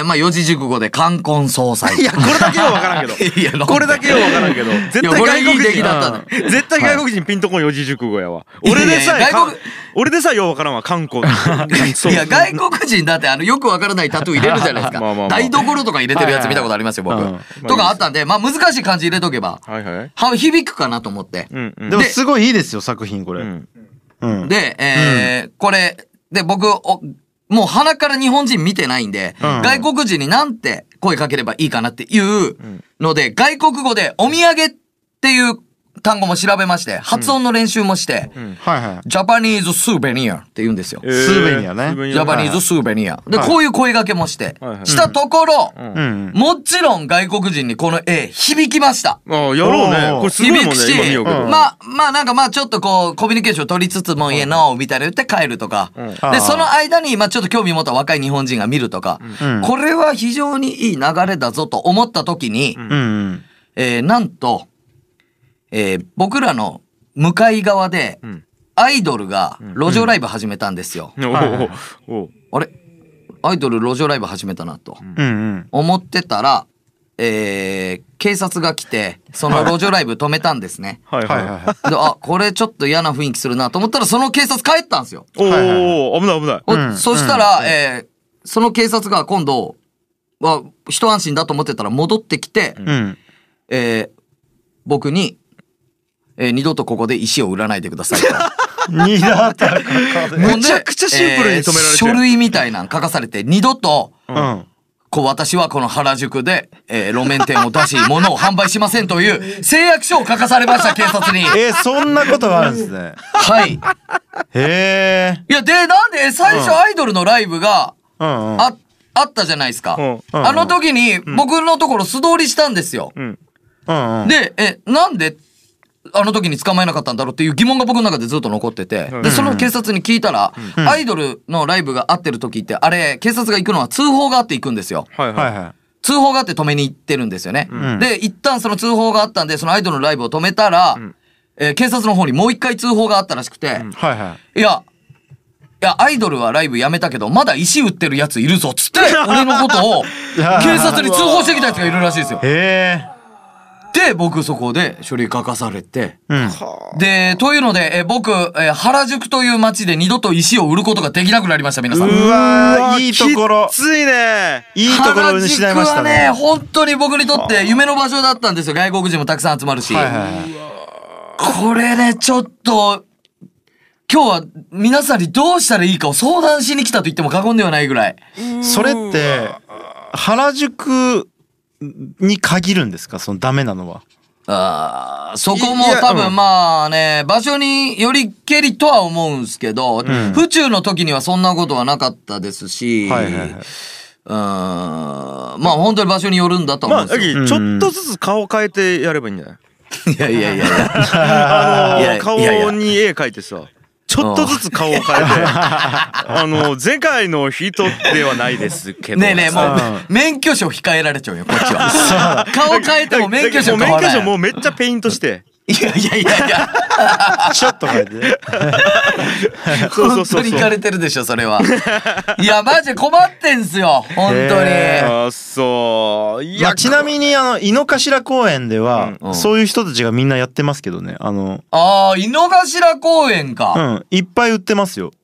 四字熟語で冠婚葬祭。 いや、これだけようわからんけど。これだけようわからんけど。絶対外国人だった。絶対外国人ピンとこん四字熟語やわ。俺でさえようわからんわ、冠婚。いや、外国人だって、よくわからないタトゥー入れるじゃないですか。台所とか入れてるやつ見たことありますよ、僕。とかあったんで、まあ難しい漢字入れとけば、響くかなと思って。 でもすごいいいですよ、作品これ。 で、これ、で、僕、もう鼻から日本人見てないんで、外国人になんて声かければいいかなっていうので、外国語でお土産っていう単語も調べまして、発音の練習もして、ジャパニーズスーベニアって言うんですよ。 スーベニアね。 ジャパニーズスーベニア。で、こういう声掛けもして、したところ、もちろん外国人にこの絵響きました。 ああ、やろうね。これすごいもんね、今見ようけど。 まあなんかちょっとこう、コミュニケーション取りつつも、いや、ノーみたいな言って帰るとか。で、その間に、ちょっと興味持った若い日本人が見るとか。これは非常にいい流れだぞと思った時に、なんと、僕らの向かい側で、アイドルが路上ライブ始めたんですよ。あれアイドル路上ライブ始めたなと思ってたら、警察が来てその路上ライブ止めたんですね。で、これちょっと嫌な雰囲気するなと思ったらその警察帰ったんですよ。 おお、危ない危ない。 そしたら、その警察が今度は一安心だと思ってたら戻ってきて、僕に二度とここで石を売らないでくださいと。 二度とむちゃくちゃシンプルに止められてる。 書類みたいなの書かされて、二度と、こう私はこの原宿で、路面店を出し、物を販売しませんという誓約書を書かされました、警察に。 そんなことがあるんですね。 はい。 へえ。 いや、で、なんで最初アイドルのライブが、あったじゃないですか。あの時に僕のところ素通りしたんですよ。で、なんであの時に捕まえなかったんだろうっていう疑問が僕の中でずっと残ってて、でその警察に聞いたら、アイドルのライブがあってる時ってあれ警察が行くのは通報があって行くんですよ。通報があって止めに行ってるんですよね。で一旦その通報があったんでそのアイドルのライブを止めたら、警察の方にもう一回通報があったらしくて、いやアイドルはライブやめたけどまだ石売ってるやついるぞっつって俺のことを警察に通報してきたやつがいるらしいですよ。で僕そこで書類書かされて、でというので僕、原宿という街で二度と石を売ることができなくなりました。皆さん。 うわいいところ。 きついね。 いいところを失いましたね。 原宿はね本当に僕にとって夢の場所だったんですよ。外国人もたくさん集まるし、これねちょっと今日は皆さんにどうしたらいいかを相談しに来たと言っても過言ではないぐらい。 それって原宿に限るんですか、そのダメなのは。 そこも多分まあね、場所によりけりとは思うんすけど、府中の時にはそんなことはなかったですし、まあ本当に場所によるんだと思うんですよ。 ちょっとずつ顔変えてやればいいんじゃない？ いや顔に絵描いてさ。ちょっとずつ顔を変えて前回の人ではないですけどねえもう免許証控えられちゃうよこっちは。顔変えても免許証変わらない。 免許証もうめっちゃペイントしていやちょっと変えて本当にいかれてるでしょそれは。いやマジで困ってんすよ本当に。 そういや、ちなみに井の頭公園ではそういう人たちがみんなやってますけどね。 井の頭公園か。 いっぱい売ってますよ。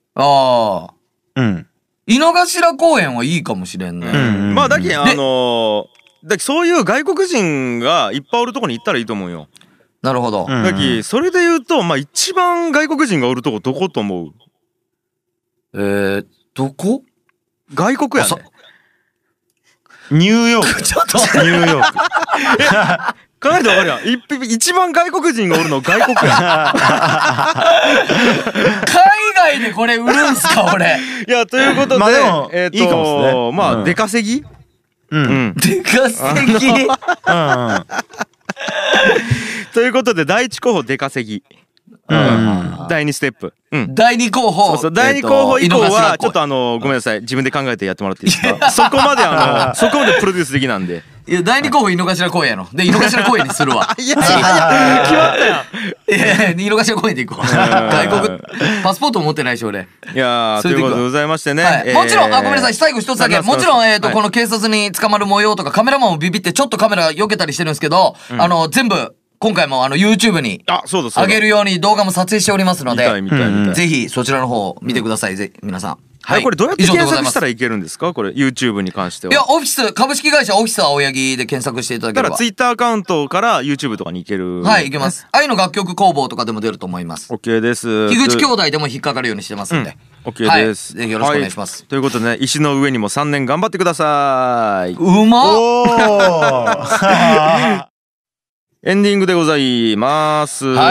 井の頭公園はいいかもしれんね。 まあだけそういう外国人がいっぱいおるとこに行ったらいいと思うよ。 なるほど。 だきそれで言うと一番外国人がおるとこどこと思う？ どこ？ 外国やね。 ニューヨーク。 ちょっとニューヨーク。 考えてわかるやん。一番外国人がおるの外国や。 海外でこれ売るんすか俺。 いやということで、 いいかもですね。 まあ出稼ぎ？ 出稼ぎ。 ということで第一候補出稼ぎ。第2ステップ。 第2候補。 そう第2候補以降はちょっとごめんなさい自分で考えてやってもらっていいですか？そこまでプロデュースできなんで。 いや第2候補井の頭公園やろ。で井の頭公園にするわ。 いや決まったやん。井の頭公園で行こう。外国パスポート持ってないし俺。 いやということでございましてね。 もちろんごめんなさい最後一つだけ。もちろんこの警察に捕まる模様とかカメラマンもビビってちょっとカメラ避けたりしてるんですけど、全部今回もYouTube に上げるように動画も撮影しておりますので、ぜひそちらの方を見てください。ぜひ皆さん。 はい、これどうやって検索したらいけるんですか？これ YouTube に関しては。 いやオフィス株式会社オフィス青柳で検索していただければ。 だから Twitter アカウントから YouTube とかに行ける。 はい、行けます。愛の楽曲工房とかでも出ると思います。 OK です。 樋口兄弟でも引っかかるようにしてますんで。 OK です。 ぜひよろしくお願いします。 ということでね、石の上にも3年頑張ってください。 うまっ。 エンディングでございます。 はい。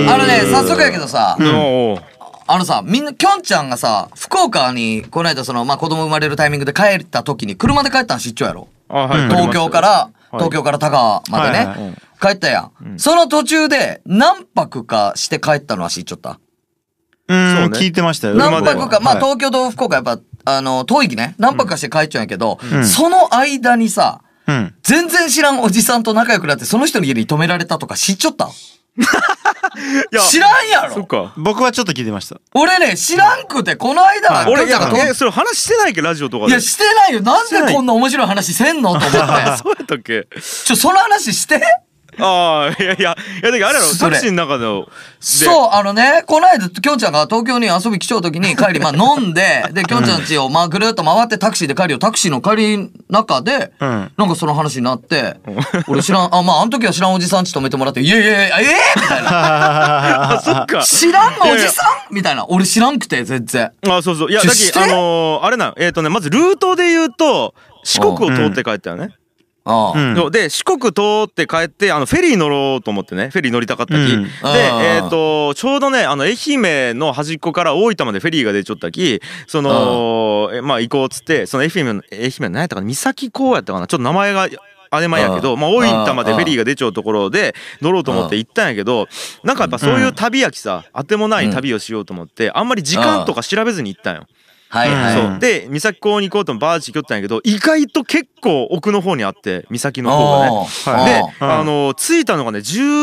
早速やけどさ、みんな、きょんちゃんがさ、福岡にこの間子供生まれるタイミングで帰った時に車で帰ったん知っちゃうやろ。東京から田川までね、帰ったやん。その途中で何泊かして帰ったのは知っちゃった？ 聞いてましたよ。 何泊か、東京と福岡やっぱ、遠いきね、何泊かして帰っちゃうんやけど、その間にさ、全然知らんおじさんと仲良くなって、その人の家に泊められたとか知っちゃった？知らんやろ。 そっか。 僕はちょっと聞いてました。 俺ね、知らんくて、この間、 俺、それ話してないっけ、ラジオとかで。 いや、してないよ。なんでこんな面白い話せんのと思って。そうやったっけ？ その話して。 ああ、いや、だけどあれやろ、タクシーの中の。 そう、この間、きょんちゃんが東京に遊び来ちゃう時に帰り、飲んで、で、きょんちゃん家をぐるっと回ってタクシーで帰るよ。タクシーの帰り中で、なんかその話になって、俺知らん、あの時は知らんおじさん家泊めてもらって、いやみたいな。 あ、そっか。 知らんのおじさんみたいな。俺知らんくて、全然。 あ、そうそう。いや、だけあれな、まずルートで言うと、四国を通って帰ったよね。で四国通って帰ってフェリー乗ろうと思ってね、フェリー乗りたかったき、でちょうどね愛媛の端っこから大分までフェリーが出ちょったき、行こうっつって、その愛媛何やったかな、三崎港やったかな、ちょっと名前が曖昧やけど、大分までフェリーが出ちゃうところで乗ろうと思って行ったんやけど、なんかやっぱそういう旅やきさ、あてもない旅をしようと思ってあんまり時間とか調べずに行ったんよ。そうで三崎港に行こうともバーチ行ったんやけど、意外と結構奥の方にあって、三崎の方がね。で着いたのがね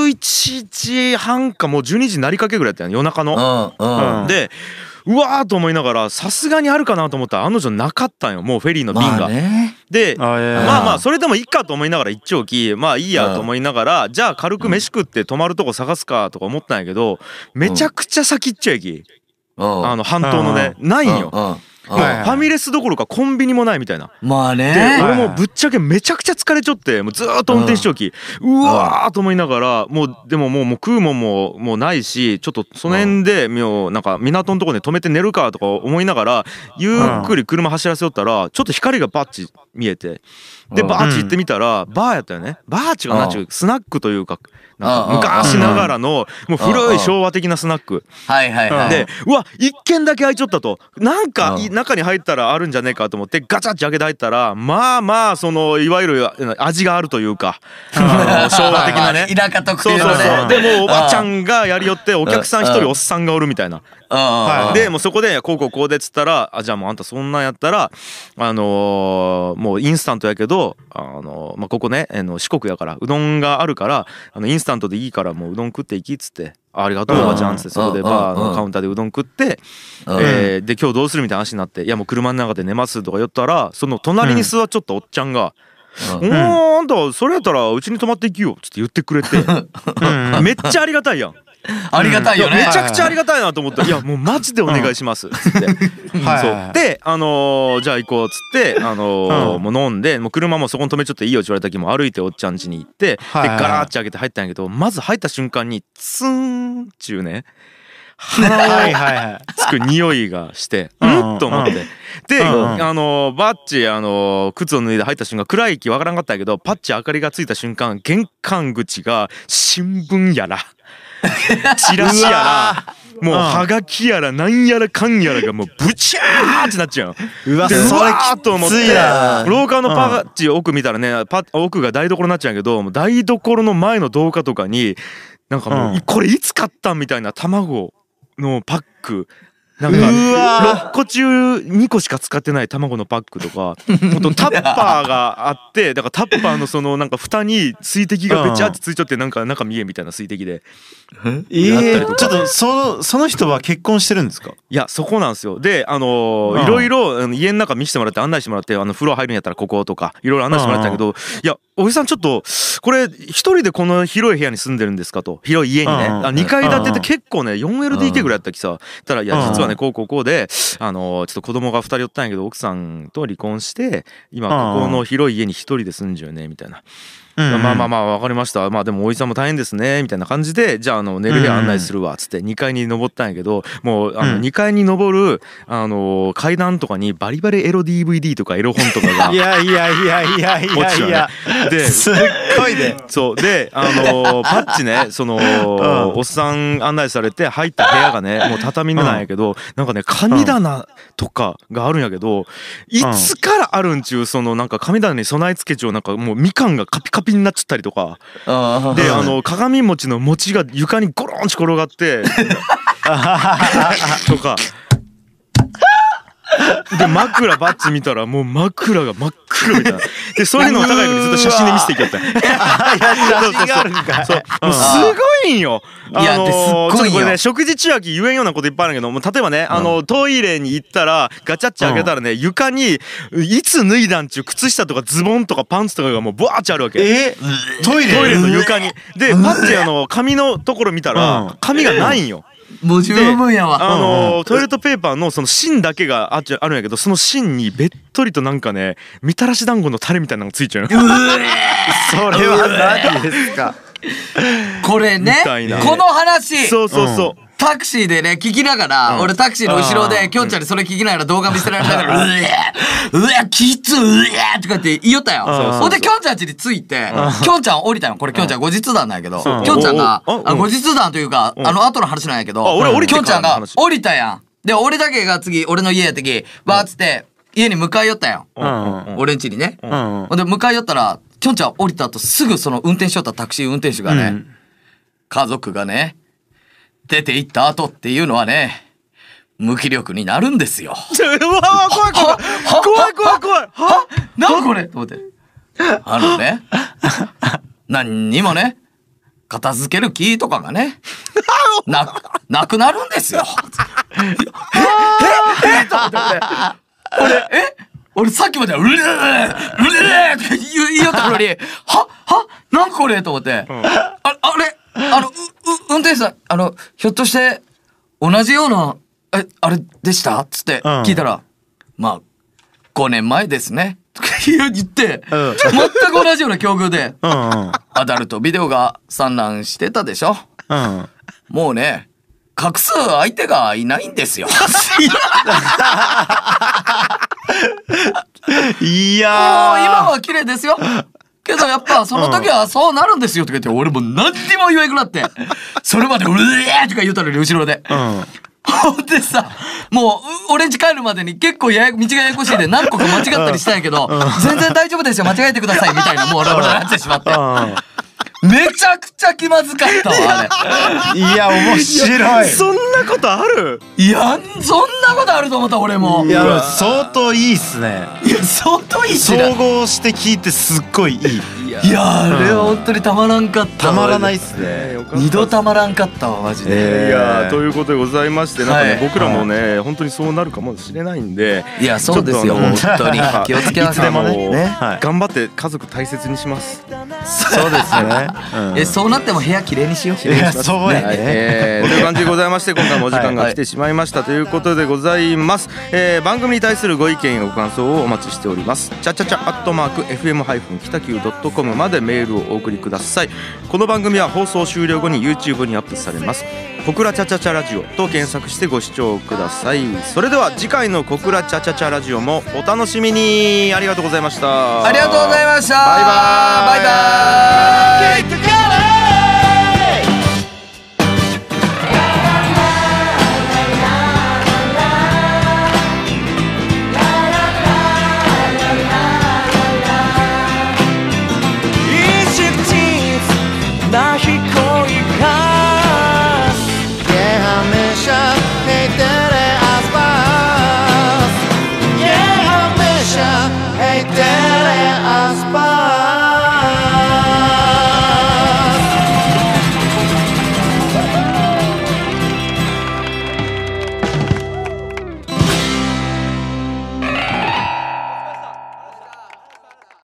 11時半かもう12時なりかけぐらいだったよ、夜中の。でうわーと思いながら、さすがにあるかなと思ったら案の定なかったんよ、もうフェリーの便が。でそれでもいいかと思いながら一丁き、まあいいやと思いながら、じゃあ軽く飯食って泊まるとこ探すかとか思ったんやけど、めちゃくちゃ先っちょやき。半島のね、ないんよ。ファミレスどころかコンビニもないみたいな。で俺もぶっちゃけめちゃくちゃ疲れちゃって、もうずーっと運転しちゃうき、うわーと思いながら、でももう食うもんももうないし、ちょっとその辺でなんか港のとこで止めて寝るかとか思いながらゆっくり車走らせよったら、ちょっと光がバッチ見えて、でバーチ行ってみたらバーやったよね。バーチがなんちゅうスナックというか、なんか昔ながらのもう古い昭和的なスナックで、うわ一軒だけ開いちゃったと、なんか中に入ったらあるんじゃねえかと思ってガチャッチ開けて入ったら、そのいわゆる味があるというか、昭和的なね、 田舎特有のね。 そうでもうおばちゃんがやりよって、お客さん一人おっさんがおるみたいな。でもうそこでこうでっつったら、じゃあもうあんたそんなんやったらもうインスタントやけどここね四国やからうどんがあるから、インスタントでいいからもううどん食っていきっつって、ありがとうおばちゃんっつって、そこでバーのカウンターでうどん食って、で今日どうするみたいな話になって、いやもう車の中で寝ますとか言ったら、その隣に座っちゃったおっちゃんが、あんたそれやったらうちに泊まっていきよっつって言ってくれて、めっちゃありがたいやん。 ありがたいよね。 めちゃくちゃありがたいなと思った。いやもうマジでお願いしますっつって、そうでじゃあ行こうっつってもう飲んで、もう車もそこに止めちゃっていいよって言われた時も歩いておっちゃん家に行って、でガラッチ開けて入ったんやけど、まず入った瞬間にツーンっちゅうね、鼻をつく匂いがしてうんと思って、でバッチ靴を脱いで入った瞬間、暗い気わからんかったんやけど、パッチ明かりがついた瞬間、玄関口が新聞やらチラシやらもうはがきやらなんやらかんやらがもうブチャーってなっちゃう。 うわ、 それきついな。廊下のパッチ奥見たらね、奥が台所になっちゃうんやけど、台所の前の廊下とかになんかもうこれいつ買ったんみたいな卵のパック、なんか6個中2個しか使ってない卵のパックとか、タッパーがあって、だからタッパーのそのなんか蓋に水滴がべちゃってついちゃって、なんか中見えみたいな水滴で。 ちょっとその人は結婚してるんですか？ いやそこなんですよ。でいろいろ家の中見せてもらって案内してもらって、風呂入るんやったらこことかいろいろ案内してもらったけど、いやおじさんちょっとこれ一人でこの広い部屋に住んでるんですかと、広い家にね、2階建てって結構ね 4LDK ぐらいやったきさ、たらいや実はねこうでちょっと子供が2人おったんやけど、奥さんと離婚して今ここの広い家に一人で住んじゃうねみたいな。まあ分かりました、まあでもおじさんも大変ですねみたいな感じで、じゃあ寝る部屋案内するわっつって2階に登ったんやけど、もう2階に登る階段とかにバリバリエロ DVD とかエロ本とかがいやでですっごいね。 そうでパッチねそのおっさん案内されて入った部屋がねもう畳なんやけどなんかね神棚とかがあるんやけどいつからあるんちゅうそのなんか神棚に備え付けちゅうなんかもうみかんがカピカピになっちゃったりとかで鏡餅の餅が床にゴロンチ転がってとか。で枕バッチ見たらもう枕が真っ黒みたいなでそういうのを高井君にずっと写真で見せていきよったんや。 写真があるんか。 そうもうすごいんよ。 いやですっごいよ。 これね食事中やき言えんようなこといっぱいあるんやけども例えばねトイレに行ったらガチャッチ開けたらね床にいつ脱いだんちゅう靴下とかズボンとかパンツとかがもうブワーッチあるわけ。トイレの床にでパッチ髪のところ見たら髪がないんよ。 もう十分やわ。 トイレットペーパーのその芯だけがあるんやけどその芯にべっとりとなんかねみたらし団子のタレみたいなのがついちゃうよ。 それは何ですか。 これねこの話そうそうそう。 タクシーでね聞きながら俺タクシーの後ろできょんちゃんにそれ聞きながら動画見せられながらうわきつとかって言いよったよ。ほんできょんちゃん家に着いてきょんちゃん降りたよ。これきょんちゃん後日談なんやけどきょんちゃんが後日談というか後の話なんやけどきょんちゃんが降りたやん。で俺だけが次俺の家やったきバーッつって家に向かいよったよ俺ん家にね。ほんで向かいよったらきょんちゃん降りた後すぐその運転しよったタクシー運転手がね家族がね出て行った後っていうのはね無気力になるんですよ。 うわ怖い怖い怖い怖い怖いはなんこれと思ってね何にもね片付ける気とかがねなくなるんですよ。と思って俺さっきまでうれって言いよったのになんこれと思って、あれ運転手さんひょっとして同じようなあれでしたっつって聞いたら、まあ5年前ですねとか言って、全く同じような境遇で、アダルトビデオが散乱してたでしょ。もうね隠す相手がいないんですよ。 いやもう今は綺麗ですよ。けどやっぱその時はそうなるんですよとか言って俺も何にも言えなくなってそれまでうえーとか言ったのに後ろで。ほんでさもう俺ん家帰るまでに結構道がややこしいで何個か間違ったりしたんやけど全然大丈夫ですよ間違えてくださいみたいなもう俺なってしまってめちゃくちゃ気まずかったわあれ。 いや面白い。 そんなことある？ いやそんなことあると思った俺も。 いや相当いいっすね。 いや相当いいし総合して聞いてすっごいいい。 いやあれは本当にたまらんかった。 たまらないっすね。 二度たまらんかったわマジで。 いやということでございましてなんかね僕らもね本当にそうなるかもしれないんで。 いやそうですよ本当に気をつけましょう。 頑張って家族大切にします。 そうですね。 そうなっても部屋きれいにしよう。 いやそうやね。 という感じでございまして今回もお時間が来てしまいましたということでございます。番組に対するご意見やご感想をお待ちしております。チャチャチャ@fm-北九.com までメールをお送りください。この番組は放送終了後に YouTube にアップされます。小倉チャチャチャラジオと検索してご視聴ください。それでは次回の小倉チャチャチャラジオもお楽しみに。ありがとうございました。 ありがとうございました。バイバイバイバイ。 那